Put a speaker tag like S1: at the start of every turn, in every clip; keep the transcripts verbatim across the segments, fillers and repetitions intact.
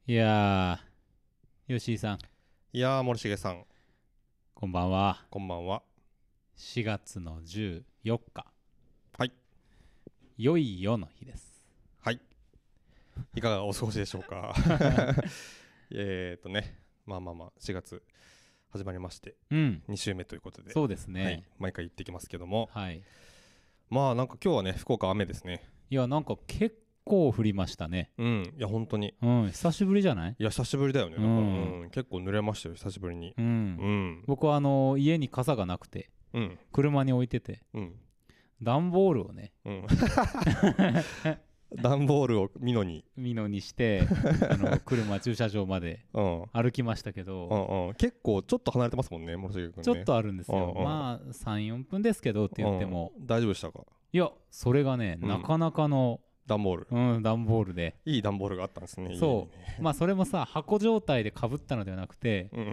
S1: いやー、吉井さん、
S2: いやー、森重さん、
S1: こんばんは。
S2: こんばんは。
S1: しがつのじゅうよっか。
S2: はい。
S1: いよいよの日です。
S2: はい。いかがお過ごしでしょうか。えーっとね、まあまあまあ、しがつ始まりまして、
S1: うん、
S2: に週目ということで、
S1: そうですね。
S2: はい、毎回言ってきますけども、
S1: はい。
S2: まあなんか今日はね、福岡雨ですね。
S1: いや、なんか結構降りましたね。
S2: うん、いや、本当に。
S1: うん、久しぶりじゃない？
S2: いや、久しぶりだよね。だから、
S1: うん
S2: うん、結構濡れましたよ、久しぶりに。
S1: うん。
S2: うん。
S1: 僕はあの家に傘がなくて、
S2: うん。
S1: 車に置いてて、
S2: うん。
S1: 段ボールをね、
S2: うん。段ボールをミノに。
S1: ミノにしてあの車駐車場まで
S2: うん。
S1: 歩きましたけど、
S2: うんうん、結構ちょっと離れてますもんね、森重君ね。
S1: ちょっとあるんですよ。
S2: うんうん、
S1: まあさん、よんぷんですけどって言っても、
S2: うん、大丈夫でしたか？
S1: いや、それがね、
S2: うん、
S1: なかなかの
S2: 段ボール、
S1: うん、段ボールで、
S2: いい段ボールがあったんですね。
S1: そう、
S2: いいね。
S1: まあそれもさ、箱状態でかぶったのではなくて、
S2: うん、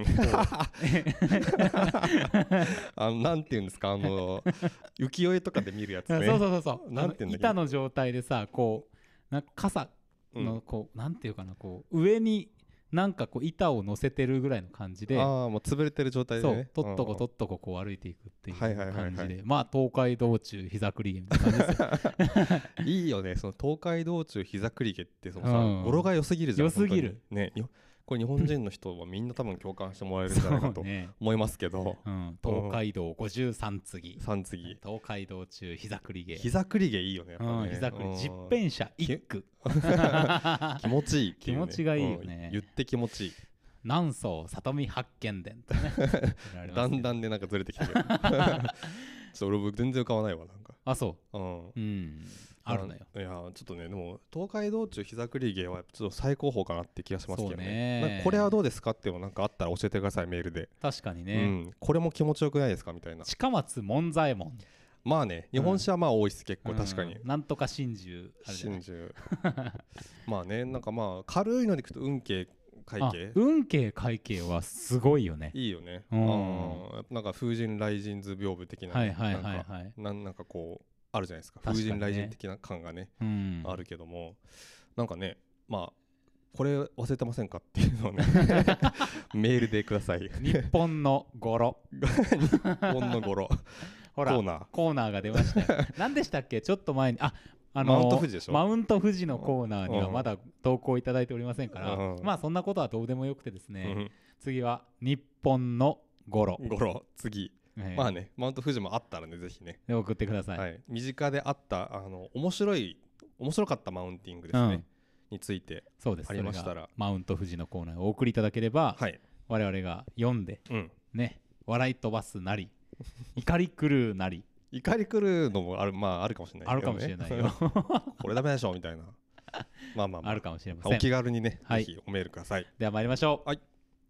S2: あのなんていうんですか、あの浮世絵とかで見るやつね。
S1: そうそうそうそう、
S2: なんていうんだっけ、
S1: 板の状態でさ、こうなんか傘のこう、うん、なんていうかな、こう上になんかこう板を乗せてるぐらいの感じで、
S2: ああ、もう潰れてる状態でね。
S1: そう、とっとこ、とっとここう歩いていくっていう感じで、
S2: はいはいはいはい、
S1: まあ東海道中膝くりげみたいな感じですよ。
S2: いいよね、その東海道中膝くりげってそのさ、
S1: うん、
S2: 語呂が良すぎるじゃん。
S1: 良すぎる
S2: ね。これ日本人の人はみんな多分共感してもらえるんじゃないかと思いますけど、
S1: うん、東海道ごじゅうさん次、
S2: 三次、
S1: 東海道中膝くりげ、
S2: 膝くりげいいよね、やっぱね。
S1: うん、膝くり、十編者一句
S2: 気持ちいいっていう、ね、
S1: 気持ちがいいよね、
S2: うん、言って気持ちいい。
S1: 南宋里見八犬伝とね
S2: だんだんでなんかずれてきてるちょっと俺僕全然浮かばないわ、なんか。
S1: あ、そう。
S2: うん、
S1: うん、あるのよ。
S2: いやちょっとね、でも東海道中膝くり芸はちょっと最高峰かなって気がしますけど ね, ねなんかこれはどうですかっていうのなんかあったら教えてください、メールで。
S1: 確かにね、
S2: うん、これも気持ちよくないですかみたいな。
S1: 近松門左衛門、
S2: まあね、日本史はまあ多いです、結構。確かに、
S1: うん、なんとか真珠あるじゃない。
S2: 真珠まあね、なんかまあ軽いのでいくと運慶会計、
S1: 運慶会計はすごいよね。
S2: いいよね。
S1: うん、
S2: あ、なんか風神雷神図屏風的な、
S1: はいはいはいはい、
S2: なんかこうあるじゃないですか、風神雷神的な感がね、うん、あるけども、なんかね、まあこれ忘れてませんかっていうのをねメールでください。
S1: 日本の語呂
S2: 日本の語呂
S1: ほら
S2: コーナー
S1: コーナーが出ましたよ。何でしたっけ、ちょっと前に、ああのー、
S2: マウント富士でしょ。
S1: マウント富士のコーナーにはまだ投稿いただいておりませんから、うん、まあそんなことはどうでもよくてですね、うん、次は日本の語呂
S2: 語呂次、えー、まあね、マウント富士もあったらね、ぜひね
S1: 送ってください。
S2: はい、身近であったあの面白い面白かったマウンティングですね、うん、についてありましたら、
S1: マウント富士のコーナーをお送りいただければ、はい、我々が読んで、うん、ね、笑い飛ばすなり怒り狂うなり
S2: 怒り狂うのもある、まああるかもしれない、ね、
S1: あるかもしれないよ
S2: これダメでしょみたいなまあまあ、まあ、
S1: あるかもしれません。
S2: お気軽にね、
S1: はい、
S2: ぜひおメールください。
S1: では参りましょう。
S2: はい、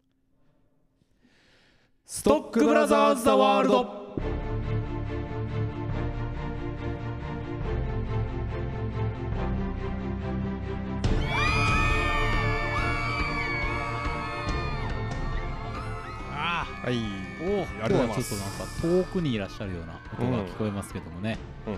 S1: ストックブラザーズ・ザ・ワールド。
S2: はい、
S1: お今日はちょっとなんか遠くにいらっしゃるような音が聞こえますけどもね、うんうん、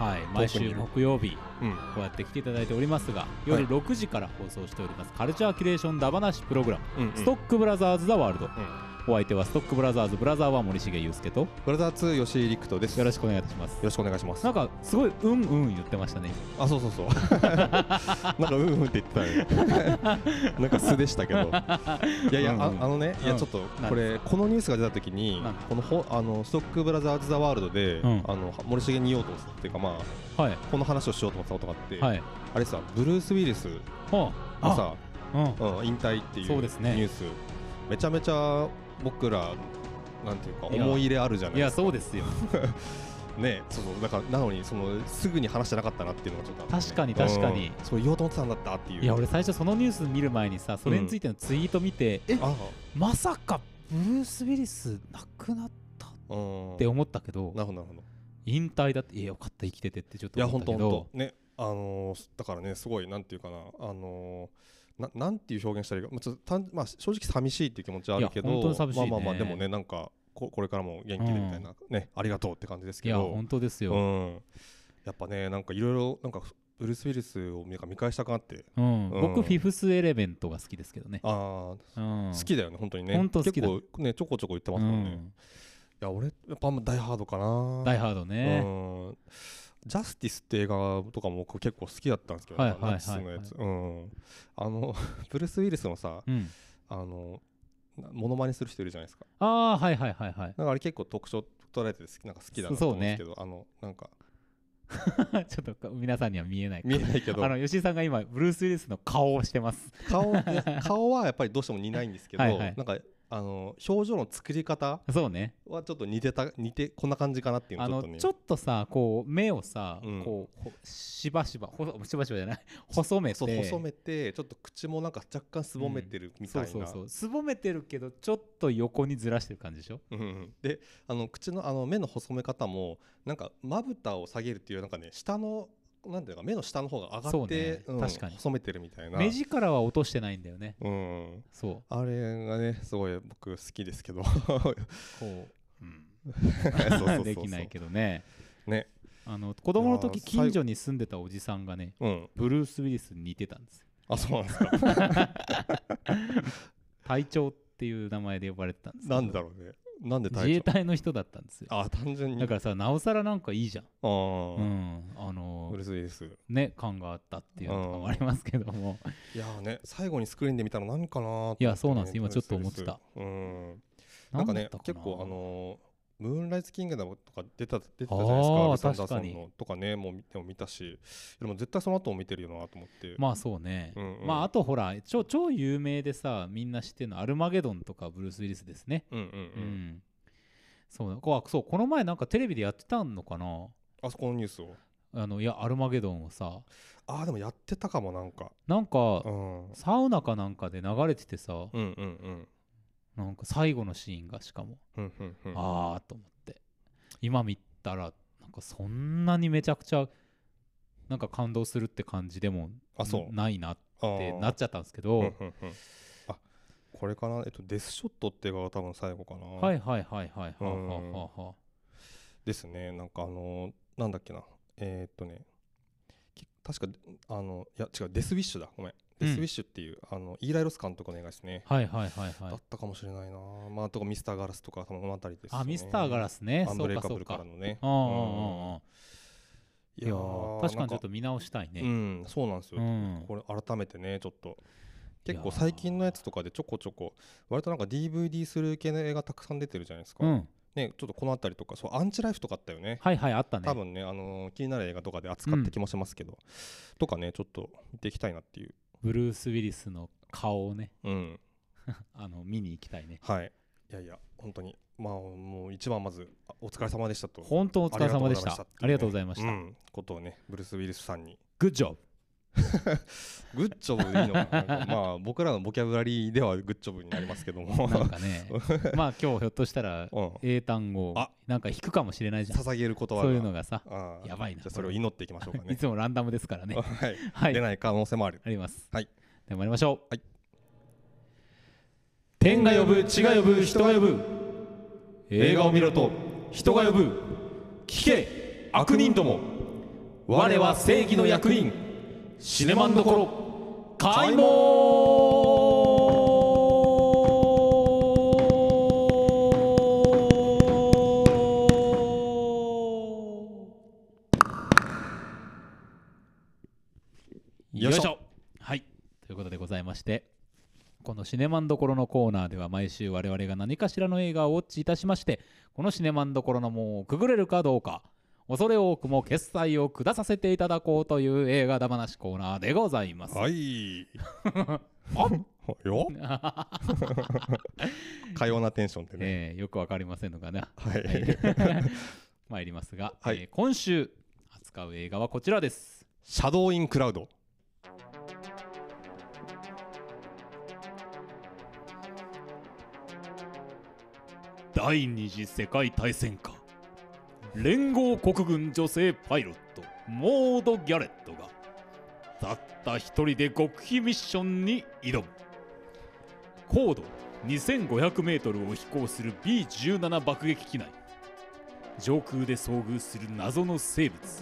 S1: はい、毎週木曜日、うん、こうやって来ていただいておりますが、夜ろくじから放送しております、はい、カルチャーキュレーションダバなしプログラム、うんうん、ストックブラザーズ・ザ・ワールド、うん、お相手はストックブラザーズブラザーは森重裕介と
S2: ブラザーツー吉井陸斗です。
S1: よろしくお願いいたします。
S2: よろしくお願いします。
S1: なんかすごいうんうん言ってましたね。
S2: あ、そうそうそうなんかうんうんって言ってたよなんか素でしたけどいやいや、うんうん、あ, あのね、いやちょっとこれ、このニュースが出た時にこのほあのストックブラザーズ・ザ・ワールドで、うん、あの森重に言おうとっていうか、まあ、はい、この話をしようと思ったことがあって、はい、あれさ、ブルース・ウィリスがさ、うんうん、引退っていうニュース、ね、めちゃめちゃ僕らなんていうか思い入れあるじゃないですか。
S1: いやそうですよ
S2: ね、そうそう、だからなのにそのすぐに話してなかったなっていうのがちょっと、ね、
S1: 確かに確かに、
S2: うん、そう言おうと思ってたんだったっていう。
S1: いや俺最初そのニュース見る前にさ、それについてのツイート見て、うん、えまさかブルース・ウィリス亡くなったって思ったけど、
S2: なるほどなるほど、
S1: 引退だって、いやよかった生きててってちょっと思ったけど、いや本当
S2: ね、あのー、だからね、すごいなんていうかな、あのー、な, なんていう表現したらいいか、まあちょっとまあ、正直寂しいっていう気持ちはあるけど、
S1: 本当に寂しいね、
S2: まあまあまあでもね、なんか こ, これからも元気でみたいな、うん、ね、ありがとうって感じですけど、
S1: いや本当ですよ、
S2: うん、やっぱね、なんかいろいろなんかブルース・ウィリスを見返したくなって、
S1: うんうん、僕フィフスエレメントが好きですけどね。
S2: ああ、うん、好きだよね本当にね。
S1: 本当好きだ。
S2: 結構ねちょこちょこ言ってますもんね、うん、いや俺やっぱダイハードかな。
S1: ダイハードね、
S2: うん、ジャスティスって映画とかも僕結構好きだったんですけど、はいはいはいはい、ナチスのやつ、うん、あのブルース・ウィリスのさ、うん、あのモノマネする人いるじゃないですか。
S1: ああはいはいはいはい。
S2: なんかあれ結構特徴捉えててなんか好きだなと思うんですけど、ね、あのなんか
S1: ちょっと皆さんには見えない
S2: 見えないけど、
S1: あの吉井さんが今ブルース・ウィリスの顔をしてます。
S2: 顔顔はやっぱりどうしても似ないんですけどはい、はい、なんかあの表情の作り方
S1: そうね
S2: はちょっと似てた似てこんな感じかなっていうの
S1: ちょっとね、あのちょっとさこう目をさ、うん、こうしばしばほしばしばじゃない細めて
S2: そう細めてちょっと口もなんか若干すぼめてるみたいな、うん、そうそうそう
S1: すぼめてるけどちょっと横にずらしてる感じでしょ、
S2: うんうん、であの口のあの目の細め方もなんかまぶたを下げるっていうなんかね下のなんていうか目の下の方が上がって、ねうん、確かに細めてるみたいな。
S1: 目力は落としてないんだよね。
S2: うん、
S1: そう
S2: あれがねすごい僕好きですけどこ
S1: う、うん、そうそうそうできないけどね。
S2: ね
S1: あの子供の時近所に住んでたおじさんがね、うん、ブルース・ウィリスに似てたんですよ。
S2: あ、そうなんですか。
S1: 隊長っていう名前で呼ばれてたんですけど。
S2: なんだろうね。なんで
S1: 自衛隊の人だったんですよ。
S2: あ、単純に
S1: だからさなおさらなんかいいじゃん。あ、
S2: うん、
S1: あの
S2: うれしいです
S1: ね感があったっていうのもありますけども、
S2: いやね最後にスクリーンで見たの何かなと思って、
S1: ね、いやそうなんです今ちょっと思ってた。
S2: うん、なんかね結構あのムーンライツキングダムとか出た出てたじゃないですか。ルサンダーソンのとかねもうでも見たし、でも絶対その後も見てるよなと思って。
S1: まあそうね、うんうん、まああとほら超超有名でさみんな知ってるのアルマゲドンとかブルース・ウィリスですね。
S2: うんうんうん、うん
S1: そうこそうこの前なんかテレビでやってたのかな
S2: あそこのニュースを。
S1: あのいやアルマゲドンをさ
S2: あでもやってたかもなんか
S1: なんか、うん、サウナかなんかで流れててさ、
S2: うんうんうん、
S1: なんか最後のシーンがしかも、
S2: うんうんうん、
S1: ああと思って今見たらなんかそんなにめちゃくちゃなんか感動するって感じでもないなってなっちゃったんですけど、
S2: うんうんうん、あこれかな、えっと、デスショットっていうのが多分最後かな。
S1: はいはいはいはいはははは
S2: ですね。なんかあのー、なんだっけなえー、っとね確かあのいや違うデスウィッシュだごめん、うん、デスウィッシュっていうあのイーライロス監督の映画ですね。
S1: はいはいはいはい
S2: だったかもしれないな。まあとかミスターガラスとかこの辺りです、ね、
S1: あミスターガラスね。
S2: アンブレイカブルからのね。
S1: ああ、うん、いや確かにちょっと見直したいね。
S2: うんそうなんですよ、うん、これ改めてねちょっと結構最近のやつとかでちょこちょこ割となんか ディーブイディー する系の映画たくさん出てるじゃないですか、うんね、ちょっとこのあたりとかそうアンチライフとかあったよね。
S1: はいはいあったね。
S2: 多分ね、あのー、気になる映画とかで扱って気もしますけど、うん、とかねちょっと見ていきたいなっていう。
S1: ブルース・ウィリスの顔をね、
S2: うん、
S1: あの見に行きたいね。
S2: はい。いやいや本当にまあもう一番まずお疲れ様でしたと。
S1: 本当お疲れ様でした。ありがとうございました。
S2: うん、ことをねブルース・ウィリスさんに
S1: グッジョブ
S2: グッジョブでいいのかな。まあ僕らのボキャブラリーではグッジョブになりますけども
S1: なんかねまあ今日ひょっとしたら英単語なんか引くかもしれないじゃん。
S2: 捧げる言葉が
S1: そういうのがさやばいな。
S2: じゃあそれを祈っていきましょうかね。
S1: いつもランダムですからね
S2: はい、はい、出ない可能性もある
S1: あります。
S2: はい
S1: では参りましょう。
S2: はい。
S1: 天が呼ぶ地が呼ぶ人が呼ぶ映画を見ろと人が呼ぶ聞け悪人ども我は正義の役人シネマンどころ開門。よいしょ。はいということでございまして、このシネマンどころのコーナーでは毎週我々が何かしらの映画をウォッチいたしまして、このシネマンどころの門をくぐれるかどうか恐れ多くも決済を下させていただこうという映画だ話コーナーでございます。
S2: はい
S1: あ
S2: よかようなテンションでね、
S1: えー、よくわかりませんのかな。
S2: はい
S1: 参りますが、
S2: はい
S1: えー、今週扱う映画はこちらです。
S2: シャドウインクラウド。
S1: 第二次世界大戦下、連合国軍女性パイロットモード・ギャレットがたった一人で極秘ミッションに挑む。高度にせんごひゃくメートルを飛行する ビーじゅうなな 爆撃機内、上空で遭遇する謎の生物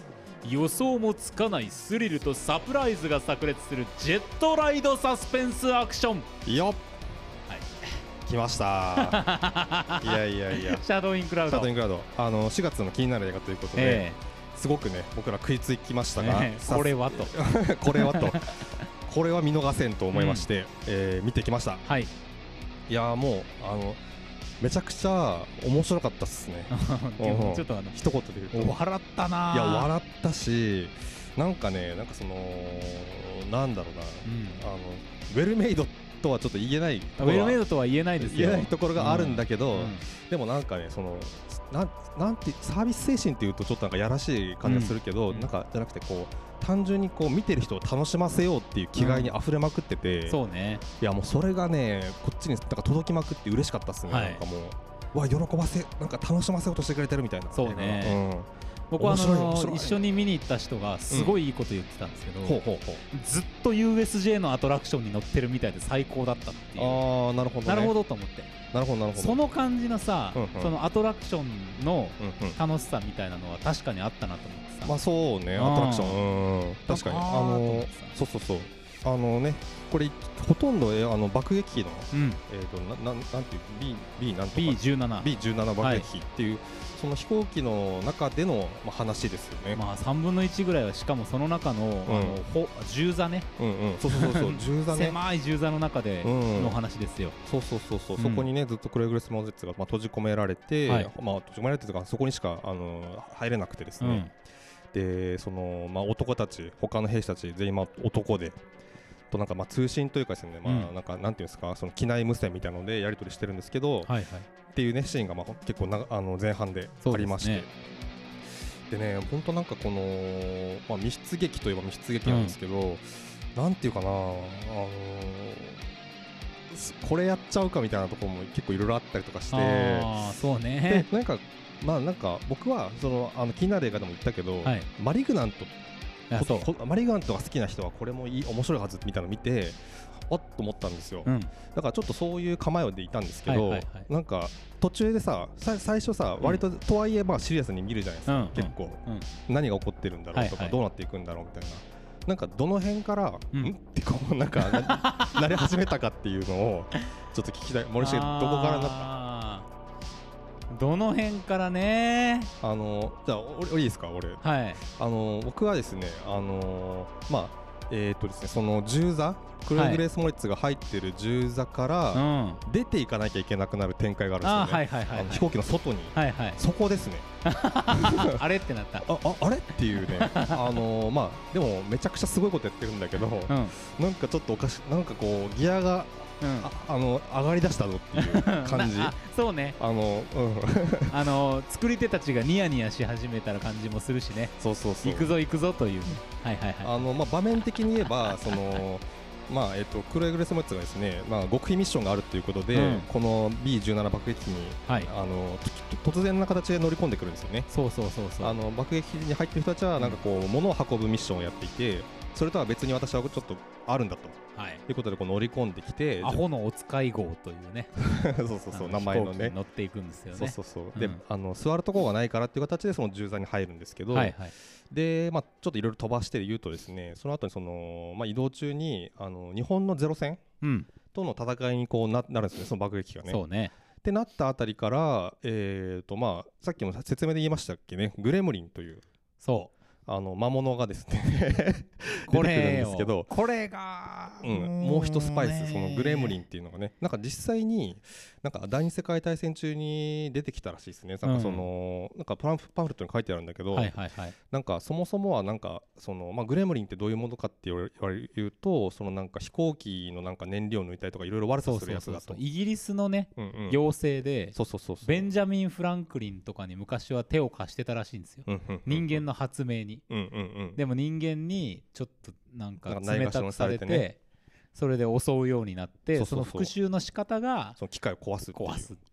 S1: 予想もつかないスリルとサプライズが炸裂するジェットライドサスペンスアクション。
S2: よっ、来ましたいやいやいや
S1: シャドウインクラウド
S2: シャドウインクラウドあのしがつの気になる映画ということで、えー、すごくね僕ら食いつきましたが、え
S1: ー、これはと
S2: これはとこれは見逃せんと思いまして、うん、えー、見てきました。
S1: はい、
S2: いやもうあのめちゃくちゃ面白かったっすね
S1: ちょっとあの
S2: 一言で言うと
S1: 笑ったな。
S2: いや笑ったし、なんかねなんかそのなんだろうな、うん、あのウェルメイドとはちょっと言えない
S1: ウェルメイドとは言えないですよ。
S2: 言えないところがあるんだけど、うんうん、でもなんかねそのなんなんてサービス精神っていうとちょっとなんかやらしい感じがするけど、うん、なんかじゃなくてこう単純にこう見てる人を楽しませようっていう気概に溢れまくってて、
S1: うん、そうね。
S2: いやもうそれがねこっちになんか届きまくって嬉しかったっすね、はい、なんかもうわ喜ばせなんか楽しませようとしてくれてるみたいな。
S1: そうね、うん、僕はあの一緒に見に行った人がすごいいいこと言ってたんですけど、うん、ほうほうほうずっと ユーエスジェー のアトラクションに乗ってるみたいで最高だったっていう。
S2: ああなるほど、ね、
S1: なるほどと思って。
S2: なるほどなるほど。
S1: その感じのさ、うんうん、そのアトラクションの楽しさみたいなのは確かにあったなと思ってさ。
S2: まあそうね、アトラクション、うん、確かにあのそうそうそうあのねこれほとんどあの爆撃機の、うん、えっ、ー、となななんていう B B なんとか
S1: ビーじゅうなな
S2: ビーじゅうなな 爆撃機っていう、はい、その飛行機の中での、まあ、話ですよね。
S1: まあさんぶんのいちぐらいはしかもその中の、うん、あのほ銃座ね、
S2: うんうん、そうそうそう銃座ね
S1: 狭い銃座の中での話ですよ、
S2: うん、そうそうそうそう、うん、そこにねずっとクレイグレス・モゼッツが、まあ、閉じ込められて、はい、まあ、閉じ込められてというかそこにしかあの入れなくてですね、うん、でその、まあ、男たち他の兵士たち全員、まあ、男でとなんかまあ通信というかですね、まあ、なんかなんていうんですかその機内無線みたいなのでやり取りしてるんですけど、はいはい、っていうねシーンがまあ結構なあの前半でありまして、でね本当なんかこの、まあ、密室劇といえば密室劇なんですけど、うん、なんていうかなあのー、これやっちゃうかみたいなところも結構いろいろあったりとかして、
S1: あそうね、
S2: でなんかまあなんか僕はそのあの気になる映画でも言ったけど、はい、マリグナントマリグナントが好きな人はこれもいい面白いはずみたいなのを見てあっと思ったんですよ、うん、だからちょっとそういう構えでいたんですけど、はいはいはい、なんか途中でさ最初さ、うん、割ととはいえまあシリアスに見るじゃないですか、うん、結構、うん、何が起こってるんだろうとか、はいはい、どうなっていくんだろうみたいな、なんかどの辺から、うん、んってこうなんかなり始めたかっていうのをちょっと聞きたい。森重どこからなった
S1: どの辺からね。
S2: あのじゃあ俺いいですか俺、はい、あの僕はですねあのまあえーとですねその銃座クレイグレース・モリッツが入ってる銃座から出ていかなきゃいけなくなる展開があるんですよね。飛行機の外に、はいはい、そこですね
S1: あれってなった
S2: あああれっていうねあのー、まあでもめちゃくちゃすごいことやってるんだけど、うん、なんかちょっとおかしなんかこうギアがうん、あ, あの上がりだしたぞっていう感じ
S1: そうね
S2: あの、うん、
S1: あの作り手たちがニヤニヤし始めたら感じもするしね。
S2: そうそうそう
S1: 行くぞ行くぞという、はいはいはい、
S2: あの、まあ、場面的に言えばそのまあえっとクレイグレス・モリッツがですね、まあ、極秘ミッションがあるということで、うん、この ビーじゅうなな 爆撃機に、はい、あの突然な形で乗り込んでくるんですよね。
S1: そうそうそうそう。
S2: あの爆撃機に入ってる人たちはなんかこう、うん、物を運ぶミッションをやっていて、それとは別に私はちょっとあるんだと、はい、いうことでこう乗り込んできて、
S1: アホのお使い号というね
S2: そうそうそう名前のね
S1: 乗っていくんですよね。
S2: そうそうそう、うん、であの座るところがないからっていう形でその銃座に入るんですけど、はいはい、でまあちょっといろいろ飛ばして言うとですね、その後にそのまあ移動中にあの日本のゼロ戦、うん、との戦いにこう な, なるんですね、その爆撃機がね。そうねってなったあたりから、えーとまあ、さっきも説明で言いましたっけね、グレムリンという
S1: そう
S2: あの魔物がですね出てくるんですけど、
S1: これが、
S2: うん、もう一スパイスそのグレムリンっていうのがね、なんか実際になんか第二次世界大戦中に出てきたらしいですね。なんかその、うん、なんかパンフパンフレットに書いてあるんだけど、はいはいはい、なんかそもそもはなんかその、まあ、グレムリンってどういうものかって言われると、そのなんか飛行機のなんか燃料を抜いたりとかいろいろ悪さするやつだと。
S1: そうそうそうそう、イギリスのね、うんうん、妖精でそうそうそうそう、ベンジャミン・フランクリンとかに昔は手を貸してたらしいんですよ、うんうんうんうん、人間の発明に、うんうんうん、でも人間にちょっとなんか冷たくされて、ね、それで襲うようになって、 そうそうそう、その復讐の仕方が
S2: その機械を壊すっていう
S1: 壊す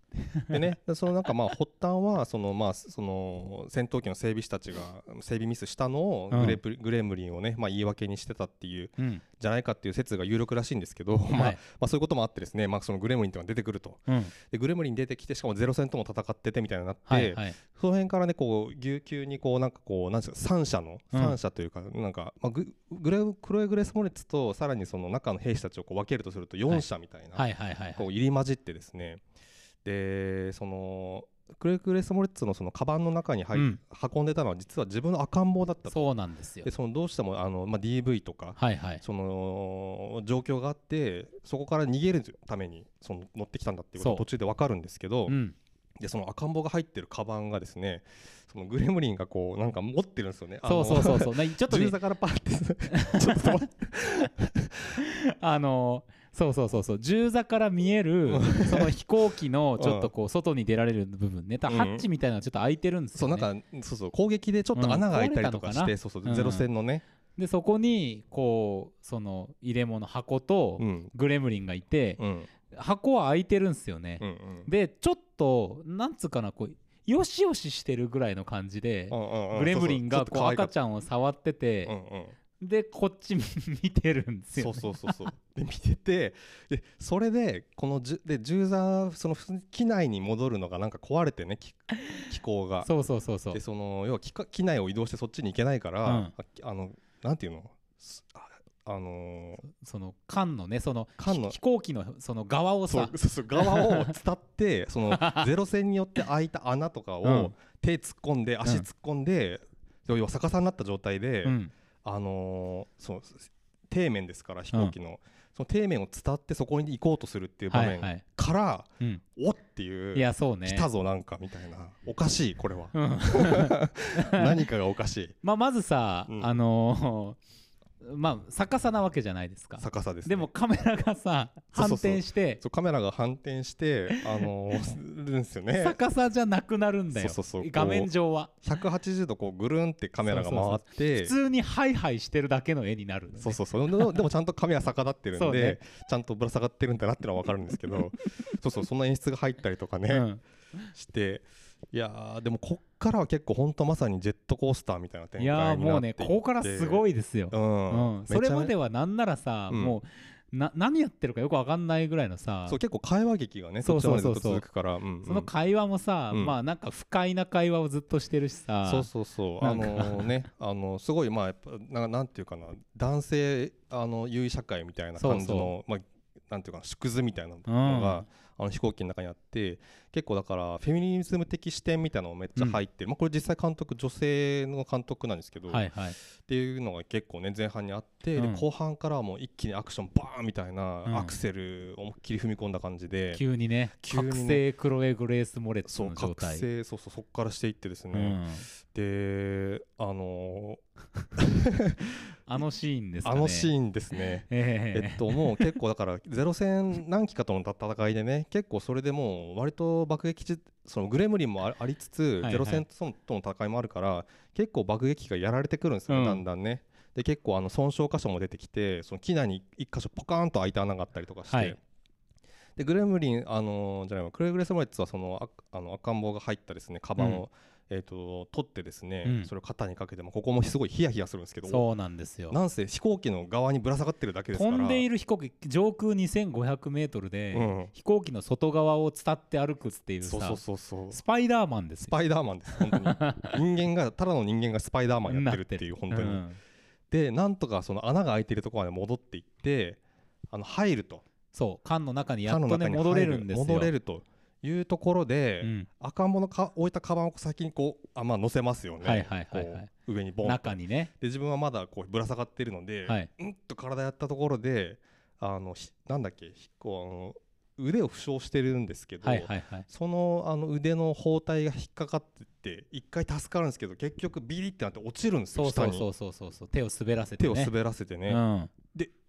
S2: でね、そのなんかまあ発端はそのまあその戦闘機の整備士たちが整備ミスしたのをグレプ、うん、グレムリンをねまあ言い訳にしてたっていう、うん、じゃないかっていう説が有力らしいんですけど、はい、まあまあそういうこともあってですね、まあそのグレムリンというのが出てくると、うん、でグレムリン出てきてしかもゼロ戦とも戦っててみたいになって、はいはい、その辺からねこうぎゅう急にこうなんかこうなんですか三者の三者というか、うん、なんかまあググレクロエ・グレスモレッツとさらにその中の兵士たちをこう分けるとするとよん社みたいな、はいはいはいはいはい、こう入り混じってですね、でそのクレイ・グレスモレッツのそのカバンの中に入、うん、運んでたのは実は自分の赤ん坊だったと。
S1: そうなんですよ。
S2: でそのどうしてもあの、まあ、ディーブイ とか、はいはい、その状況があってそこから逃げるためにその乗ってきたんだっていうことが途中で分かるんですけど、うん、でその赤ん坊が入ってるカバンがですねそのグレムリンがこうなんか持ってるんですよね。
S1: そうそうそうそうちょっと、ね、
S2: 銃座からパッてちょっと
S1: あのーそうそうそうそう銃座から見えるその飛行機のちょっとこう外に出られる部分ね、ハッチみたいなのがちょっと開いてるんですよね、
S2: うん、そうなんかそうそう攻撃でちょっと穴が開いたりとかして、うん、そうそうゼロ戦のね、
S1: でそこにこうその入れ物箱とグレムリンがいて、うん、箱は開いてるんですよね、うんうん、でちょっとなんつうかなこうよしよししてるぐらいの感じで、うんうんうん、グレムリンがこう赤ちゃんを触ってて、うんうんでこっち見てるんですよ、ね、
S2: そうそうそうそうで見ててでそれでこのじゅで銃座その機内に戻るのがなんか壊れてね機構が
S1: そうそうそうそう
S2: でその要は機, 機内を移動してそっちに行けないから、うん、あのなんていうのあ、あのー、
S1: その艦のねその飛行機のその側をさ
S2: そうそうそう側を伝ってそのゼロ戦によって開いた穴とかを手突っ込んで足突っ込んで、うん、要は逆さになった状態で、うんあのー、そう底面ですから飛行機の、うん、その底面を伝ってそこに行こうとするっていう場面から、はいはいうん、おっていう、
S1: いやそうね、
S2: 来たぞなんかみたいなおかしいこれは、うん、何かがおかしい、
S1: まあ、まずさ、うん、あのーまあ逆さなわけじゃないですか。
S2: 逆さです、ね、
S1: でもカメラがさ反転して
S2: そうカメラが反転してあのー、するんですよね。
S1: 逆さじゃなくなるんだよ。そうそうそう画面上は
S2: ひゃくはちじゅうどこうぐるんってカメラが回ってそうそうそう
S1: 普通にハイハイしてるだけの絵になるんだ、ね、
S2: そうそうそうでもちゃんとカメラ逆立ってるんで、ね、ちゃんとぶら下がってるんだなってのは分かるんですけどそうそうそんな演出が入ったりとかね、うん、していやーでもこっからは結構ほんとまさにジェットコースターみたいな展開になっていって、いやーもうね
S1: ここからすごいですよ、うんうん、それまではなんならさ、うん、もうな何やってるかよく分かんないぐらいのさ
S2: そう結構会話劇がねそっちまでずっと続くから、うんうん、
S1: その会話もさ、うん、まあなんか不快な会話をずっとしてるしさ
S2: そうそうそうあのー、ねあのすごいまあやっぱななんていうかな男性あの優位社会みたいな感じのそうそう、まあなんていうか縮図みたいなのが、うん、あの飛行機の中にあって結構だからフェミニズム的視点みたいなのめっちゃ入ってる、うんまあ、これ実際監督女性の監督なんですけど、はいはい、っていうのが結構ね前半にあって、うん、で後半からはもう一気にアクションバーンみたいな、うん、アクセル思いっきり踏み込んだ感じで
S1: 急にね覚醒クロエ・グレース・モレッツの状態
S2: そう覚醒そうそうそっからしていってですね、うん、であのー
S1: あのシーンですかね。
S2: あのシーンですね。えー、えっともう結構だからゼロ戦何機かとの戦いでね結構それでもう割と爆撃そのグレムリンもありつつ、はいはい、ゼロ戦との戦いもあるから結構爆撃機がやられてくるんですよ、うん、だんだんね。で結構あの損傷箇所も出てきてその機内に一箇所ポカーンと開いた穴があったりとかして、はい、でグレムリンあのー、じゃないクレグレスモレッツはそのああの赤ん坊が入ったですねカバンを、うんえー、と取ってですね、うん、それを肩にかけてもここもすごいヒヤヒヤするんですけど
S1: そうなんですよ
S2: なんせ飛行機の側にぶら下がってるだけですから
S1: 飛んでいる飛行機上空にせんごひゃくメートルで、うん、飛行機の外側を伝って歩くっていうさそうそうそうスパイダーマンですよ
S2: スパイダーマンです本当に人間がただの人間がスパイダーマンやってるっていう本当に、うん、でなんとかその穴が開いてるところまで戻っていってあの入ると
S1: そう缶の中にやっとね戻れるんですよ
S2: 戻れるというところで、うん、赤ん坊のか置いたカバンを先にこうあ、まあ、乗せますよね、はいはいはいはい、上にボンと
S1: 中にね
S2: で自分はまだこうぶら下がってるので、はい、うんと体やったところであのなんだっけこう腕を負傷してるんですけど、はいはいはい、その、あの腕の包帯が引っかかってって一回助かるんですけど結局ビリってなって落ちるんですよ
S1: そうそうそうそうそう手を滑らせてね
S2: 手を滑らせてね、うん、でえって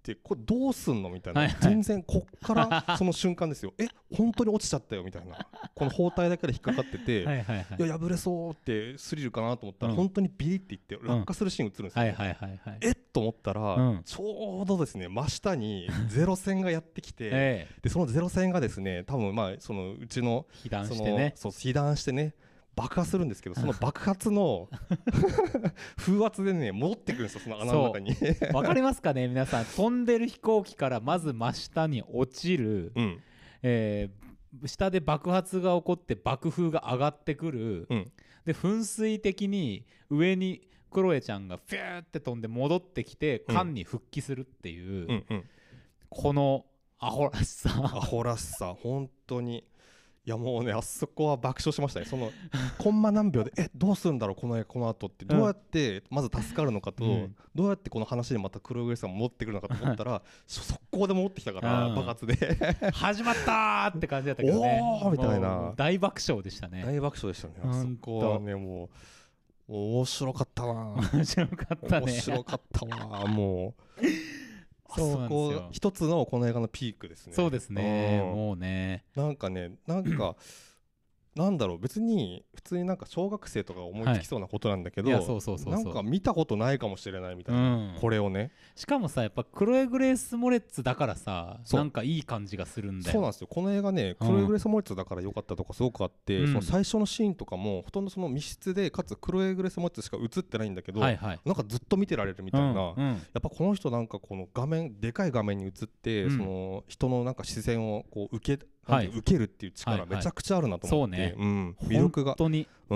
S2: てこれどうすんのみたいな、はいはい、全然こっからその瞬間ですよえ本当に落ちちゃったよみたいなこの包帯だけで引っかかっててはいはい、はい、いや破れそうってスリルかなと思ったら、うん、本当にビリっていって落下するシーン映るんですよ、ね、うんはいはいはいはい、えっと思ったら、うん、ちょうどですね真下にゼロ線がやってきて、えー、でそのゼロ線がですね多分まあそのうちの
S1: 被弾してね
S2: そう被弾してね爆発するんですけどその爆発の風圧でね戻ってくるんですよその穴の中に
S1: わかりますかね皆さん飛んでる飛行機からまず真下に落ちる、うんえー、下で爆発が起こって爆風が上がってくる、うん、で噴水的に上にクロエちゃんがフューって飛んで戻ってきて艦に復帰するっていう、うんうんうん、このアホらしさ
S2: アホらしさ本当にいやもうねあそこは爆笑しましたねそのコンマ何秒でえどうするんだろうこのこの後ってどうやってまず助かるのかと、うん、どうやってこの話でまた黒グレさん戻ってくるのかと思ったら速攻で戻ってきたから、うん、爆発で
S1: 始まったーって感じだったけどね
S2: おーみたいな
S1: 大爆笑でしたね
S2: 大爆笑でしたねあそこはねもう面白かったな
S1: 面白かったね
S2: 面白かったわもうあそこ一つのこの映画のピークですね
S1: そうですね、うん、もうね
S2: なんかねなんかなんだろう別に普通になんか小学生とか思いつきそうなことなんだけどなんか見たことないかもしれないみたいな、うん、これをね
S1: しかもさやっぱクロエ・グレース・モレッツだからさなんかいい感じがするんだよ
S2: そうなんですよこの映画ねクロエ・グレース・モレッツだから良かったとかすごくあって、うん、その最初のシーンとかもほとんどその密室でかつクロエ・グレース・モレッツしか映ってないんだけど、はいはい、なんかずっと見てられるみたいな、うんうん、やっぱこの人なんかこの画面でかい画面に映って、うん、その人のなんか視線をこう受けはい、受けるっていう力めちゃくちゃあるなと思って、はいはい、そうね、うん、魅力が
S1: 本当に、
S2: うん、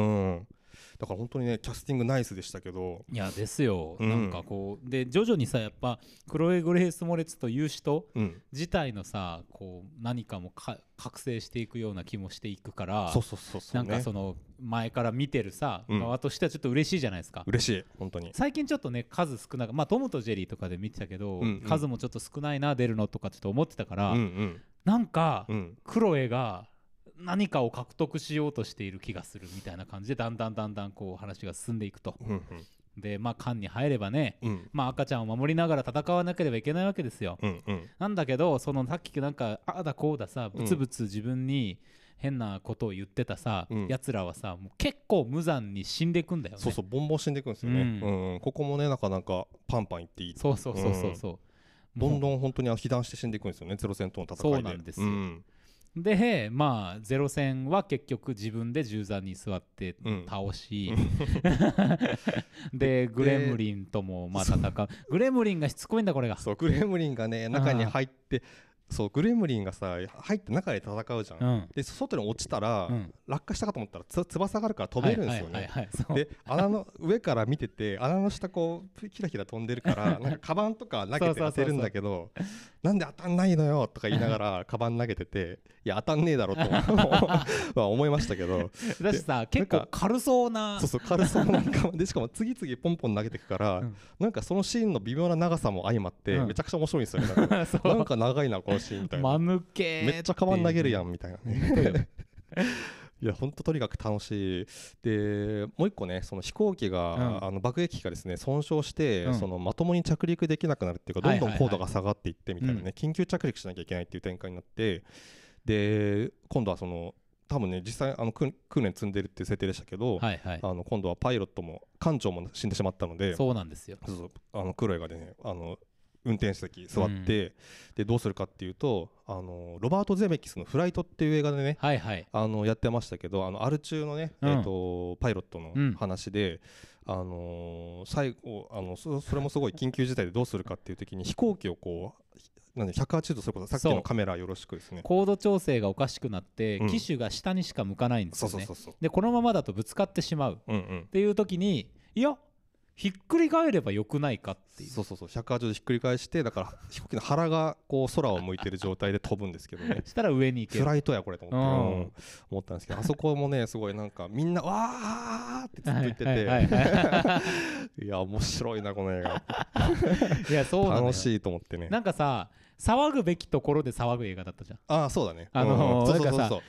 S2: だから本当にねキャスティングナイスでしたけど
S1: いやですよ、うん、なんかこうで徐々にさやっぱクロエ・グレース・モレッツという人自体のさこう何かもか覚醒していくような気もしていくから
S2: そうそうそうそう、
S1: ね、なんかその前から見てるさ、うん、側としてはちょっと嬉しいじゃないですか
S2: 嬉しい本当に
S1: 最近ちょっとね数少なくまあトムとジェリーとかで見てたけど、うんうん、数もちょっと少ないな出るのとかちょっと思ってたから、うんうんなんか、うん、クロエが何かを獲得しようとしている気がするみたいな感じでだんだんだんだんこう話が進んでいくと、うんうん、でまあ艦に入ればね、うんまあ、赤ちゃんを守りながら戦わなければいけないわけですよ、うんうん、なんだけどそのさっきなんかああだこうださブツブツ自分に変なことを言ってたさ、うん、やつらはさもう結構無残に死んでいくんだよね
S2: そうそうボンボン死んでいくんですよね、うんうん、ここもねなかなかパンパンいっていい
S1: そうそうそうそうそう、うん
S2: どんどん本当に被弾して死んでいくんですよねゼロ戦との戦いで
S1: そうなんですよ、うん、でまあゼロ戦は結局自分で銃座に座って倒し、うん、でグレムリンともまあ戦うグレムリンがしつこいんだこれが
S2: そうグレムリンがね中に入ってそうグレムリンがさ入って中で戦うじゃん、うん、で外に落ちたら、うん、落下したかと思ったらつ翼があるから飛べるんですよねで穴の上から見てて穴の下こうキラキラ飛んでるからなんかカバンとか投げて当てるんだけどなんで当たんないのよとか言いながらカバン投げてていや当たんねえだろと思いましたけど
S1: だしさ結構軽そうな
S2: そうそう軽そうなでしかも次々ポンポン投げていくから、うん、なんかそのシーンの微妙な長さも相まって、うん、めちゃくちゃ面白いんですよねなんかなんか長いなこのシーンみたいな
S1: 間抜け
S2: めっちゃカバン投げるやんみたいなねいや本当とにかく楽しいでもう一個ねその飛行機が、うん、あの爆撃機がですね損傷して、うん、そのまともに着陸できなくなるっていうかどんどん高度が下がっていってみたいなね、はいはいはい、緊急着陸しなきゃいけないっていう展開になってで今度はその多分ね実際あの訓練積んでるっていう設定でしたけど、はいはい、あの今度はパイロットも艦長も死んでしまったので
S1: そうなんですよ
S2: そうそうあのクロエがねあの運転席座って、うん、でどうするかっていうとあのロバート・ゼメキスのフライトっていう映画でね、はいはい、あのやってましたけどあのアル中のね、うんえー、とパイロットの話で、うん、あのー、最後あの そ, それもすごい緊急事態でどうするかっていう時に飛行機をこうなんでひゃくはちじゅうどそれこそさっきのカメラよろしくですね
S1: 高度調整がおかしくなって、うん、機首が下にしか向かないんですよね。そうそうそうそうでこのままだとぶつかってしまう、うんうん、っていう時にいやひっくり返ればよくないかっていう
S2: そうそうそうひゃくはちじゅうどひっくり返してだから飛行機の腹がこう空を向いてる状態で飛ぶんですけどね
S1: したら上に行ける
S2: フライトやこれと思って、うん、思ったんですけどあそこもねすごいなんかみんなわーってずっと言ってていや面白いなこの映画
S1: いやそうなのよ
S2: 楽しいと思ってね
S1: なんかさ騒ぐべきところで騒ぐ映画だったじゃん
S2: ああそうだね
S1: あのー、
S2: うん、そうそうそうそう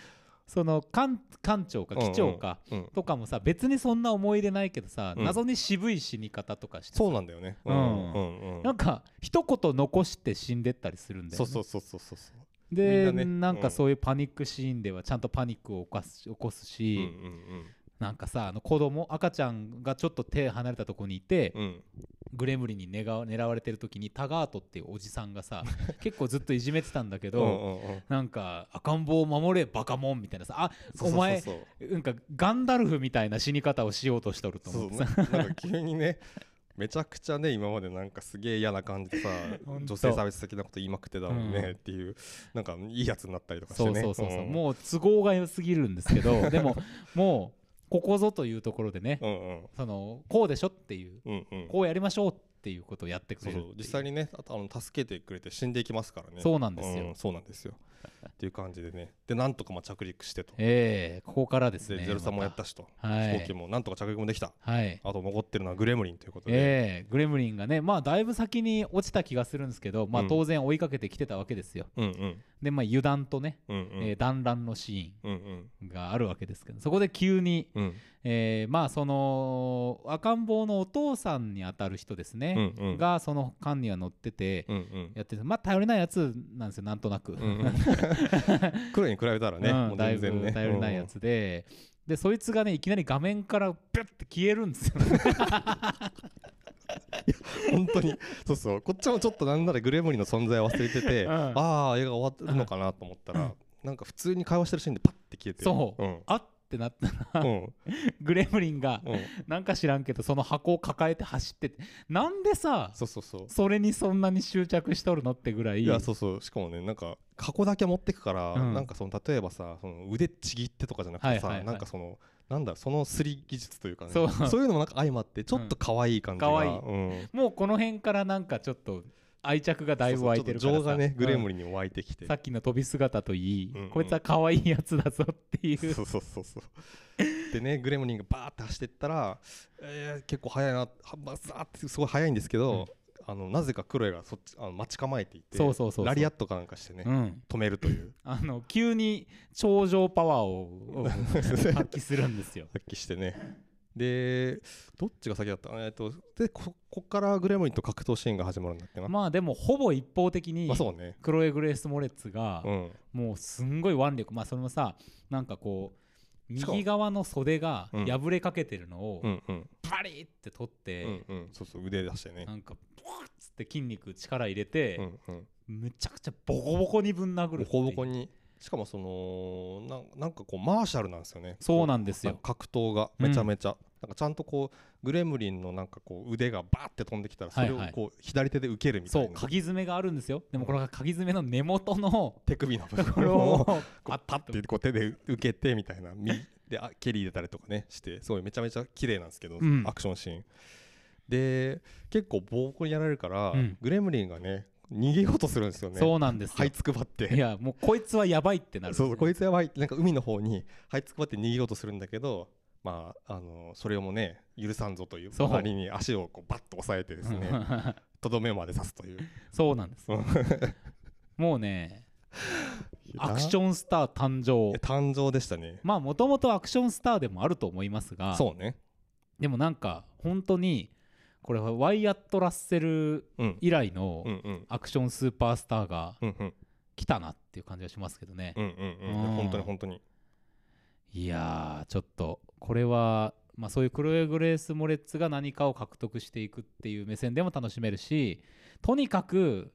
S1: その艦艦長か機長かとかもさ、別にそんな思い入れないけどさ、謎に渋い死に方とかして、
S2: そうなんだよね。
S1: なんか一言残して死んでったりするんだよね。
S2: そうそうそうそうそう。
S1: でなんかそういうパニックシーンではちゃんとパニックを起こす起こすし、なんかさ、あの子供赤ちゃんがちょっと手離れたとこにいて、グレムリンに狙われてる時にタガートっていうおじさんがさ結構ずっといじめてたんだけどなんか赤ん坊を守れバカモンみたいなさ、あお前なんかガンダルフみたいな死に方をしようとしとると思ってさ、
S2: なんか急にねめちゃくちゃね今までなんかすげえ嫌な感じでさ女性差別的なこと言いまくってたのにね、うん、っていうなんかいいやつになったりとかしてね、
S1: そうそうそうそう、うん、もう都合が良すぎるんですけどでももうここぞというところでね、うんうん、そのこうでしょっていう、うんうん、こうやりましょうっていうことをやってくれる。そうそう、
S2: 実際にねあの助けてくれて死んでいきますからね。
S1: そうなんですよ、
S2: うん、そうなんですよっていう感じでね、でなんとかまあ着陸してと、
S1: えー、ここからですね、
S2: でゼロさんもやったしと、
S1: まはい、
S2: 飛行機もなんとか着陸もできた、
S1: はい、
S2: あと残ってるのはグレムリンということで、
S1: えー、グレムリンがねまあだいぶ先に落ちた気がするんですけど、まあ、当然追いかけてきてたわけですよ、うんうん、でまあ油断とね、うんうんえー、弾丸のシーンがあるわけですけど、そこで急に、うんえー、まあその赤ん坊のお父さんにあたる人ですね、うんうん、がその間には乗ってて、うんうん、やってて、まあ頼りないやつなんですよなんとなく、うんうん、
S2: 黒に比べたらね、うん、もう全然ね
S1: だいぶ頼りないやつで、うん、でそいつがねいきなり画面からピュッて消えるんですよ
S2: 本当にそうそう、こっちもちょっとなんならグレムリンの存在を忘れてて、うん、ああ映画終わるのかなと思ったら、うん、なんか普通に会話してるシーンでパッて消えて、
S1: そう、うん、あっってなったら、うん、グレムリンが、うん、なんか知らんけどその箱を抱えて走ってて、なんでさ
S2: そうそうそう、
S1: それにそんなに執着しとるのってぐらい。
S2: いやそうそう、しかもねなんか箱だけ持ってくから、うん、なんかその例えばさその腕ちぎってとかじゃなくてさ、はいはいはい、なんかそのなんだそのすり技術というかね、そう、そういうのもなんか相まってちょっと可愛い感じが、うん、可愛い、うん、
S1: もうこの辺からなんかちょっと愛着がだいぶ湧いてるからさ、
S2: 情がねグレムリンに湧いてきて、
S1: うん、さっきの飛び姿といい、うんうん、こいつは可愛いやつだぞっていう、
S2: そうそうそうそうでねグレムリンがバーって走ってったら、えー、結構速いな、バザーってすごい速いんですけど、うん、あのなぜかクロエがそっちあの待ち構えていて、そうそうそうそう、ラリアットかなんかしてね、うん、止めるという
S1: あの急に頂上パワーを発揮するんですよ
S2: 発揮してね、でどっちが先だったえー、とで こ, こっからグレムリンと格闘シーンが始まるんだっけな。
S1: まあでもほぼ一方的に、まあそうね、クロエ・グレース・モレッツが、うん、もうすんごい腕力、まあそれもさなんかこう右側の袖が破れかけてるのをパリって取って、うんうん、
S2: そうそう腕出してね、
S1: なんかポワッつって筋肉力入れて、うんうん、めちゃくちゃボコボコにぶん殴るっていう、
S2: ボコボコに、しかもその な, なんかこうマーシャルなんですよね。
S1: そうなんですよ、
S2: 格闘がめちゃめちゃ、うん、なんかちゃんとこうグレムリンのなんかこう腕がバーって飛んできたらそれをこう左手で受けるみたいな、
S1: そう鍵爪があるんですよ。でもこの鍵爪の根元の
S2: 手首のところをパッてこう手で受けてみたいなで蹴り入れたりとかねしてすごいめちゃめちゃ綺麗なんですけど、うん、アクションシーンで結構ボコにやられるから、うん、グレムリンがね逃げようとするんですよね。
S1: そうなんですよ。
S2: 這いつくばって、
S1: いやもうこいつはやばいってなる、ね、
S2: そうそうこいつやばい、なんか海の方に這いつくばって逃げようとするんだけど、まああのそれをもね許さんぞという周りに足をこうバッと押さえてですねとどめまで刺すという。
S1: そうなんですもうねアクションスター誕生
S2: 誕生でしたね。
S1: まあもともとアクションスターでもあると思いますが、
S2: そうね、
S1: でもなんか本当にこれはワイアット・ラッセル以来のアクションスーパースターが来たなっていう感じがしますけどね。
S2: 本当に本当に。
S1: いやーちょっとこれはまあそういうクロエ・グレース・モレッツが何かを獲得していくっていう目線でも楽しめるし、とにかく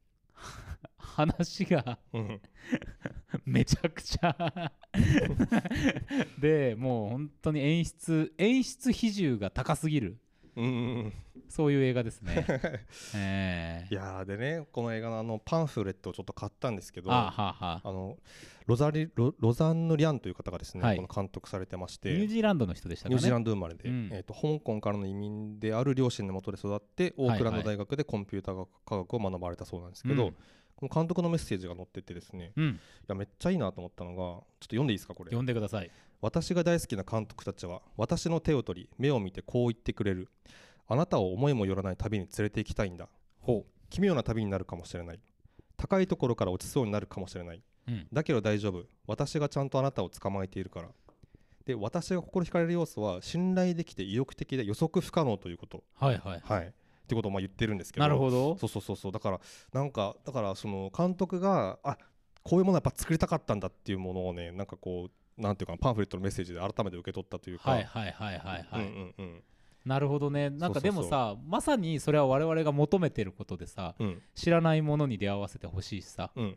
S1: 話がめちゃくちゃでもう本当に演出演出比重が高すぎる、うんうん、そういう映画ですね、え
S2: ー、いやでねこの映画のあのパンフレットをちょっと買ったんですけど、あははあの ロ, ザリ ロ, ロザンヌ・リャンという方がですね、はい、この監督されてまして、
S1: ニュージーランドの人でしたかね。
S2: ニュージーランド生まれで、うんえー、と香港からの移民である両親の下で育ってオークランド大学でコンピューター科学を学ばれたそうなんですけど、うん、この監督のメッセージが載っててですね、うん、いやめっちゃいいなと思ったのが、ちょっと読んでいいですかこれ。
S1: 読んでください。
S2: 私が大好きな監督たちは私の手を取り目を見てこう言ってくれる。あなたを思いもよらない旅に連れて行きたいんだ。ほう。奇妙な旅になるかもしれない。高いところから落ちそうになるかもしれない。 うん、だけど大丈夫、私がちゃんとあなたを捕まえているから。で、私が心惹かれる要素は信頼できて意欲的で予測不可能ということ。
S1: はいはい
S2: はいってことをまあ言ってるんですけど。
S1: なるほど。
S2: そうそうそうそう。だからなんかだからその監督があこういうものやっぱ作りたかったんだっていうものをね、なんかこうなんていうかパンフレットのメッセージで改めて受け取ったというか。
S1: はいはいはいはいはい。
S2: うんうんうん。
S1: なるほどね。なんかでもさ、まさにそれは我々が求めてることでさ、うん、知らないものに出会わせてほしいしさ、うんうんうん、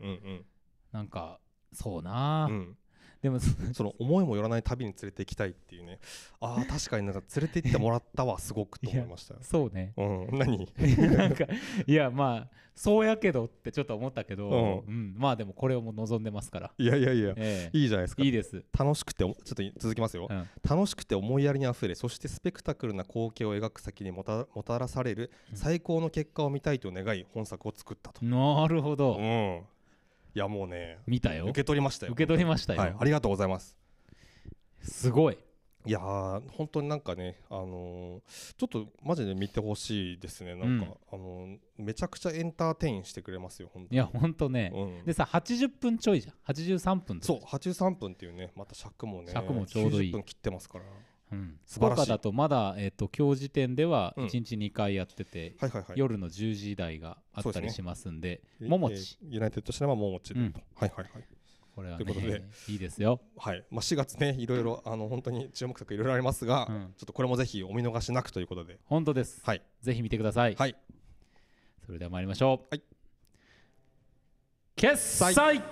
S1: なんかそうな、うん、でも
S2: その思いもよらない旅に連れて行きたいっていうね。ああ確かになんか連れて行ってもらったわすごくと思いましたよ。
S1: そうね、
S2: うん、何
S1: なんかいやまあそうやけどってちょっと思ったけど、うんうん、まあでもこれをもう望んでますから。
S2: いやいやいや、えー、いいじゃないですか。
S1: いいです。
S2: 楽しくてちょっと続きますよ、うん、楽しくて思いやりにあふれ、そしてスペクタクルな光景を描く先にも た, もたらされる最高の結果を見たいと願い本作を作ったと、
S1: うん、なるほど、
S2: うん、いやもうね
S1: 見たよ、
S2: 受け取りましたよ。
S1: 受け取りましたよ、
S2: はい、ありがとうございます。
S1: すごい。
S2: いやー本当になんかね、あのー、ちょっとマジで見てほしいですね。なんか、うん、あのー、めちゃくちゃエンターテインしてくれますよ本当に。
S1: いや本当ね、うん、でさはちじゅっぷんちょいじゃん、はちじゅうさんぷん。
S2: そうはちじゅうさんぷんっていうね、また尺もね
S1: 尺もちょうどいい、
S2: きゅうじゅっぷん切ってますから、
S1: うん、福岡だとまだ、えー、と今日時点ではいちにちにかいやってて、うんはいはいはい、夜のじゅうじ台があったりしますんで、ももち、
S2: ユナイテッドシネマももちでと、うん、はいはいはい、
S1: これはね、ということでいいですよ。
S2: はい、まあ、しがつねいろいろあの本当に注目作いろいろありますが、うん、ちょっとこれもぜひお見逃しなくということで。
S1: 本当です、はい、ぜひ見てください。
S2: はい、
S1: それでは参りましょう。
S2: はい、
S1: 決済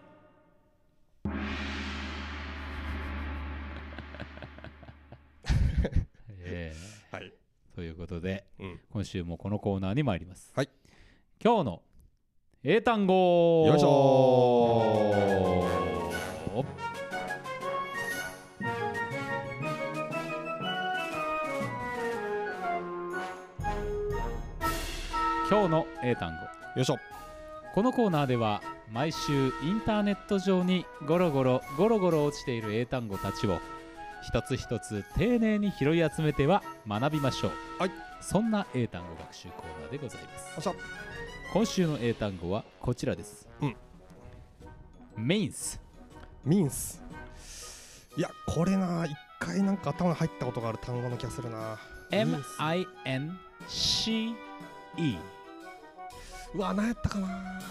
S1: えーはい、ということで、うん、今週もこのコーナーに参ります。
S2: はい、
S1: 今日の英単語、
S2: よいしょー。
S1: 今日の英単語、
S2: よいしょ。
S1: このコーナーでは毎週インターネット上にゴロゴロゴロゴロ落ちている英単語たちを一つ一つ丁寧に拾い集めては学びましょう。
S2: はい、
S1: そんな英単語学習コーナーでございます。
S2: よいしょ。
S1: 今週の英単語はこちらです。うん。メインス。
S2: ミンス。いやこれな一回なんか頭に入ったことがある単語の気がするな。
S1: エム アイ エヌ シー イー。
S2: うわ何やったかな。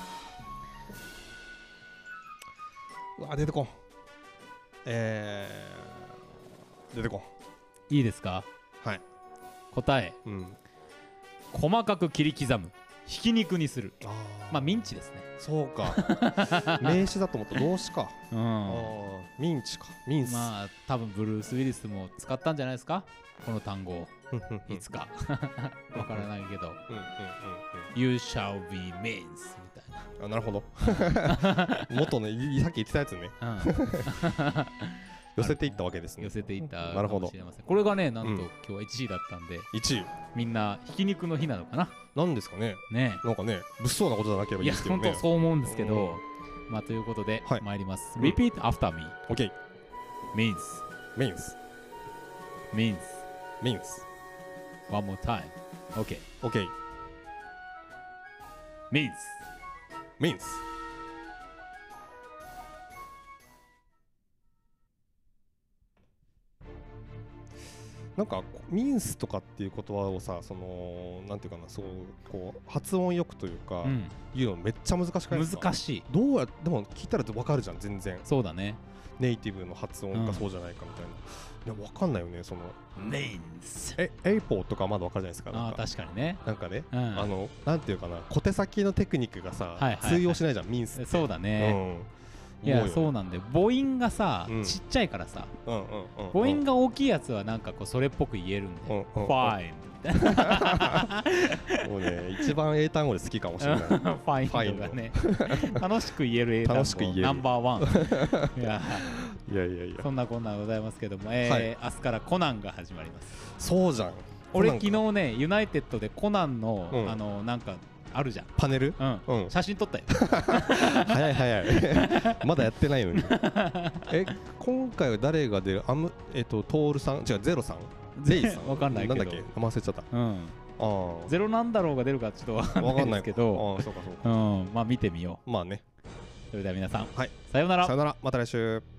S2: うわ出てこん。えー、出てこん。
S1: いいですか。
S2: はい。
S1: 答え。うん。細かく切り刻む。ひき肉にする。あまあミンチですね。
S2: そうか名詞だと思った動詞か、うん、あミンチかミンス。
S1: まあ多分ブルース・ウィリスも使ったんじゃないですかこの単語をいつかわからないけどYou shall be minced みたいな。
S2: あなるほど元ねさっき言ってたやつね、うん寄せていったわけですね。
S1: 寄せていった
S2: かも
S1: しれません。これがねなんと、うん、今日はいちいだったんで
S2: いちい
S1: みんなひき肉の日なのかな。
S2: なんですかね。
S1: ね
S2: なんかね物騒なことじゃなければいいですけどね。
S1: いや本当そう思うんですけど、うん、まあということで、はい、参ります。 Repeat after me。
S2: OK。
S1: Means
S2: Means
S1: Means
S2: Means
S1: One more time。 OK
S2: OK
S1: Means
S2: Meansなんかミンスとかっていう言葉をさ、そのなんていうかな、そうこう発音よくというか、うん、言うのめっちゃ難しくないですか。
S1: 難しい。
S2: どうやでも聞いたら分かるじゃん全然。
S1: そうだね。
S2: ネイティブの発音かそうじゃないかみたいな。うん、いや分かんないよねその。
S1: メインス。
S2: えエイポーとかまだ分かるじゃないですか。
S1: ああ確かにね。
S2: なんかね、うん、あのなんていうかな小手先のテクニックがさ、はいはいはい、通用しないじゃんミンスって。
S1: そうだね。うんいやそうなんで母音がさ、うん、ちっちゃいからさ、うんうんうんうん、母音が大きいやつはなんかこうそれっぽく言えるんで、うんうんうん、ファインみたいな
S2: もうね一番英単語で好きかもしれないフ
S1: ァインがね楽しく言える英単語ナンバーワンいや
S2: いやいやいや
S1: そんなこんなございますけども、えーはい、明日からコナンが始まります。
S2: そうじゃん。
S1: 俺昨日ねユナイテッドでコナンの、うん、あのなんかあるじゃん
S2: パネル、
S1: うんうん、写真撮ったよ
S2: 早い早いまだやってないのにえ今回は誰が出る。アムえっとトールさん違うゼロさんゼイさん
S1: わかんないけど
S2: なんだっけ名前忘れちゃった、うん、
S1: あゼロなんだろうが出るかちょっとわかんないですけど
S2: あそうかそうか、
S1: うん、まあ見てみよ
S2: う。まあね
S1: それでは皆さん、
S2: はい、
S1: さようなら。
S2: さようなら、また来週。